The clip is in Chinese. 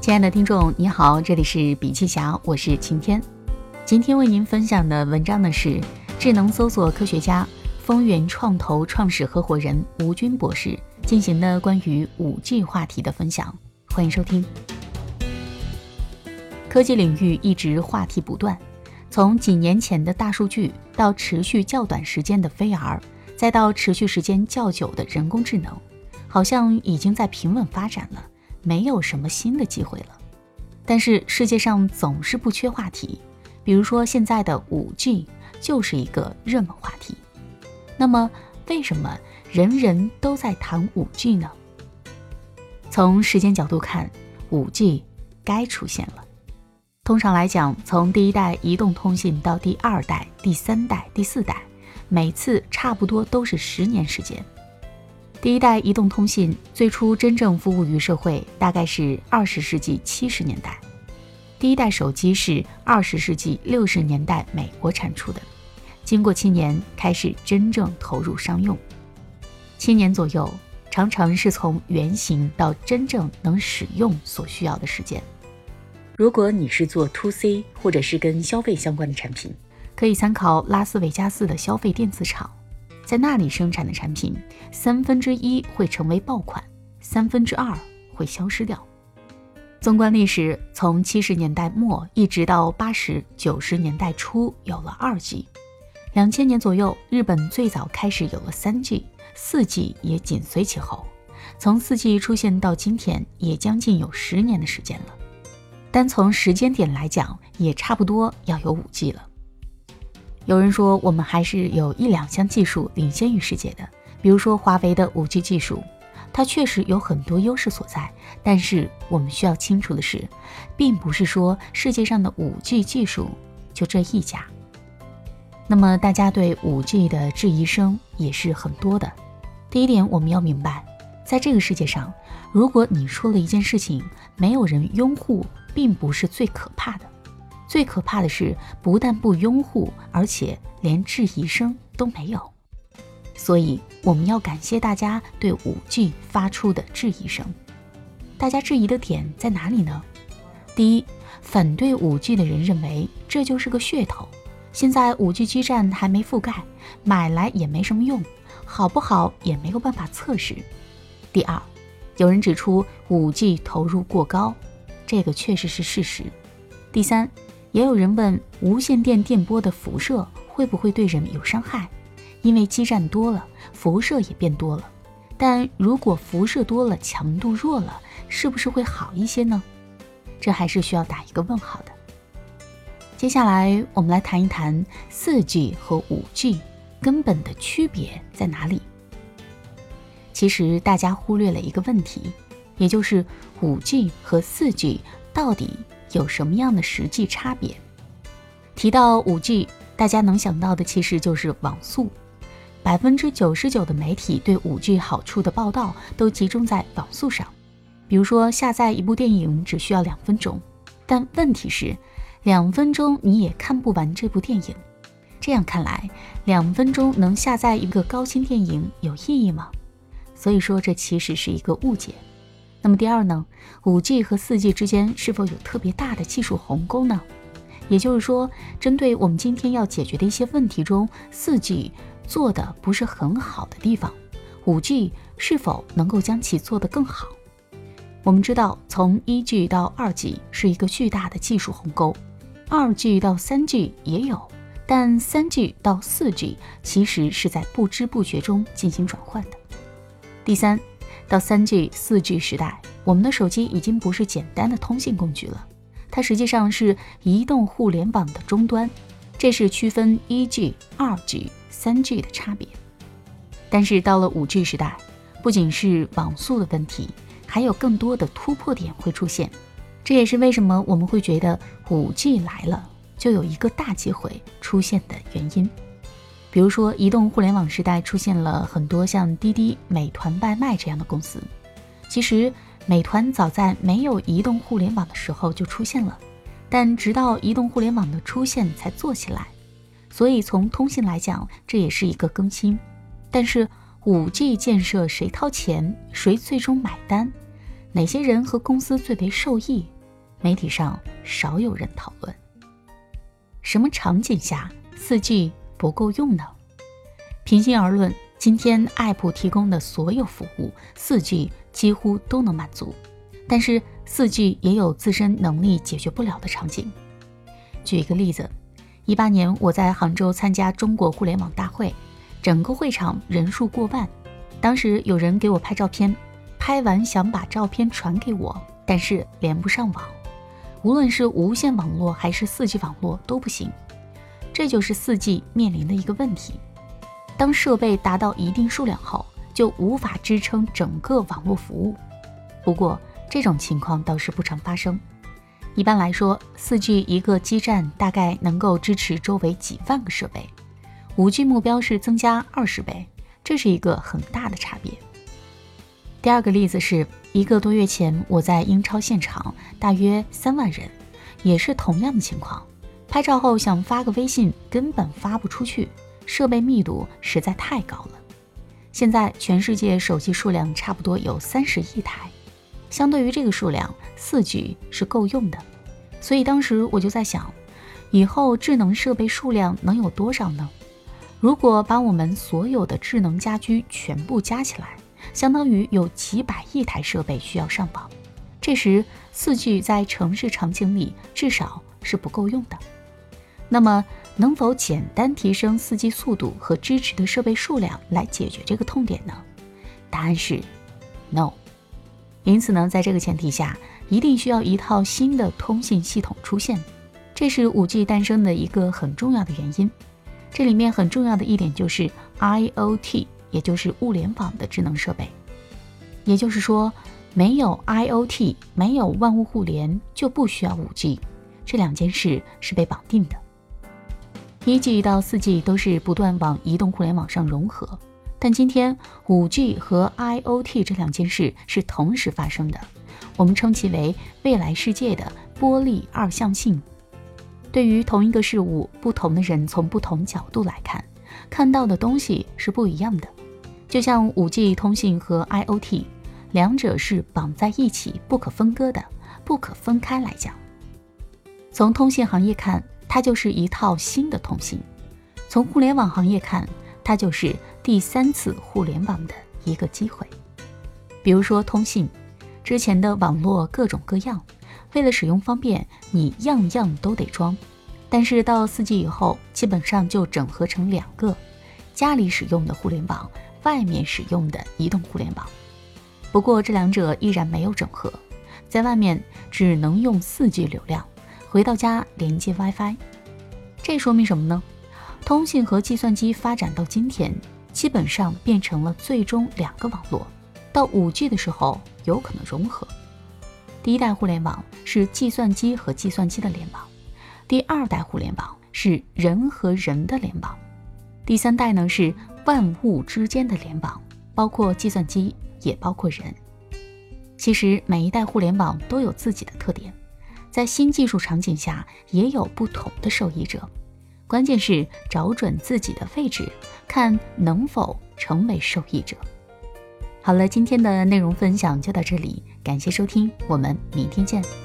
亲爱的听众你好，这里是笔记侠，我是晴天。今天为您分享的文章呢是智能搜索科学家丰源创投创始合伙人吴军博士进行的关于 5G 话题的分享，欢迎收听。科技领域一直话题不断，从几年前的大数据到持续较短时间的 VR， 再到持续时间较久的人工智能，好像已经在平稳发展了，没有什么新的机会了。但是世界上总是不缺话题，比如说现在的 5G 就是一个热门话题。那么为什么人人都在谈 5G 呢？从时间角度看， 5G 该出现了。通常来讲，从第一代移动通信到第二代、第三代、第四代，每次差不多都是10年时间。第一代移动通信最初真正服务于社会大概是20世纪70年代，第一代手机是20世纪60年代美国产出的，经过7年开始真正投入商用。7年左右，常常是从原型到真正能使用所需要的时间。如果你是做 2C 或者是跟消费相关的产品，可以参考拉斯维加斯的消费电子厂，在那里生产的产品1/3会成为爆款，2/3会消失掉。纵观历史，从70年代末一直到80、90年代初有了 2G，2000年左右日本最早开始有了 3G，4G 也紧随其后，从 4G 出现到今天也将近有10年的时间了。单从时间点来讲，也差不多要有 5G 了。有人说我们还是有1-2项技术领先于世界的，比如说华为的 5G 技术，它确实有很多优势所在，但是我们需要清楚的是，并不是说世界上的 5G 技术就这一家。那么大家对 5G 的质疑声也是很多的。第一点，我们要明白，在这个世界上，如果你说了一件事情，没有人拥护，并不是最可怕的。最可怕的是，不但不拥护，而且连质疑声都没有。所以我们要感谢大家对 5G 发出的质疑声。大家质疑的点在哪里呢？第一，反对 5G 的人认为这就是个噱头，现在 5G 基站还没覆盖，买来也没什么用，好不好也没有办法测试。第二，有人指出 5G 投入过高，这个确实是事实。第三，也有人问无线电电波的辐射会不会对人有伤害，因为基站多了，辐射也变多了，但如果辐射多了，强度弱了，是不是会好一些呢？这还是需要打一个问号的。接下来我们来谈一谈 4G 和 5G 根本的区别在哪里。其实大家忽略了一个问题，也就是 5G 和 4G 到底有什么样的实际差别。提到 5G， 大家能想到的其实就是网速。99%的媒体对 5G 好处的报道都集中在网速上。比如说下载一部电影只需要2分钟，但问题是2分钟你也看不完这部电影。这样看来，2分钟能下载一个高清电影有意义吗？所以说这其实是一个误解。那么第二呢， 5G 和 4G 之间是否有特别大的技术鸿沟呢？也就是说，针对我们今天要解决的一些问题中， 4G 做的不是很好的地方， 5G 是否能够将其做得更好？我们知道，从 1G 到 2G 是一个巨大的技术鸿沟， 2G 到 3G 也有，但 3G 到 4G 其实是在不知不觉中进行转换的。第三，到 3G、4G 时代，我们的手机已经不是简单的通信工具了，它实际上是移动互联网的终端，这是区分 1G、2G、3G 的差别。但是到了 5G 时代，不仅是网速的问题，还有更多的突破点会出现。这也是为什么我们会觉得 5G 来了就有一个大机会出现的原因。比如说移动互联网时代出现了很多像滴滴、美团外卖这样的公司，其实美团早在没有移动互联网的时候就出现了，但直到移动互联网的出现才做起来，所以从通信来讲，这也是一个更新。但是 5G 建设谁掏钱，谁最终买单，哪些人和公司最为受益， 媒体上少有人讨论。什么场景下 4G 不够用呢？平心而论，今天爱普提供的所有服务 4G 几乎都能满足，但是 4G 也有自身能力解决不了的场景。举一个例子，18年我在杭州参加中国互联网大会，整个会场人数过万，当时有人给我拍照片，拍完想把照片传给我，但是连不上网，无论是无线网络还是 4G 网络都不行。这就是 4G 面临的一个问题，当设备达到一定数量后，就无法支撑整个网络服务。不过这种情况倒是不常发生。一般来说 4G 一个基站大概能够支持周围几万个设备， 5G 目标是增加20倍，这是一个很大的差别。第二个例子是1个多月前我在英超现场，大约3万人，也是同样的情况，拍照后想发个微信根本发不出去，设备密度实在太高了。现在全世界手机数量差不多有30亿台，相对于这个数量 4G 是够用的。所以当时我就在想，以后智能设备数量能有多少呢？如果把我们所有的智能家居全部加起来，相当于有几百亿台设备需要上网，这时 4G 在城市场景里至少是不够用的。那么能否简单提升 4G 速度和支持的设备数量来解决这个痛点呢？答案是 No。 因此呢，在这个前提下，一定需要一套新的通信系统出现，这是 5G 诞生的一个很重要的原因。这里面很重要的一点就是 IoT， 也就是物联网的智能设备。也就是说，没有 IoT， 没有万物互联，就不需要 5G， 这两件事是被绑定的。1G 到 4G 都是不断往移动互联网上融合，但今天 5G 和 IoT 这两件事是同时发生的，我们称其为未来世界的波粒二象性。对于同一个事物，不同的人从不同角度来看，看到的东西是不一样的。就像 5G 通信和 IoT， 两者是绑在一起不可分割的，不可分开来讲。从通信行业看，它就是一套新的通信；从互联网行业看，它就是第3次互联网的一个机会。比如说通信，之前的网络各种各样，为了使用方便，你样样都得装。但是到 4G 以后，基本上就整合成2个，家里使用的互联网，外面使用的移动互联网。不过这两者依然没有整合，在外面只能用 4G 流量，回到家连接 WiFi。 这说明什么呢？通信和计算机发展到今天，基本上变成了最终2个网络，到 5G 的时候有可能融合。第一代互联网是计算机和计算机的联网，第2代互联网是人和人的联网，第3代呢是万物之间的联网，包括计算机也包括人。其实每一代互联网都有自己的特点，在新技术场景下也有不同的受益者，关键是找准自己的位置，看能否成为受益者。好了，今天的内容分享就到这里，感谢收听，我们明天见。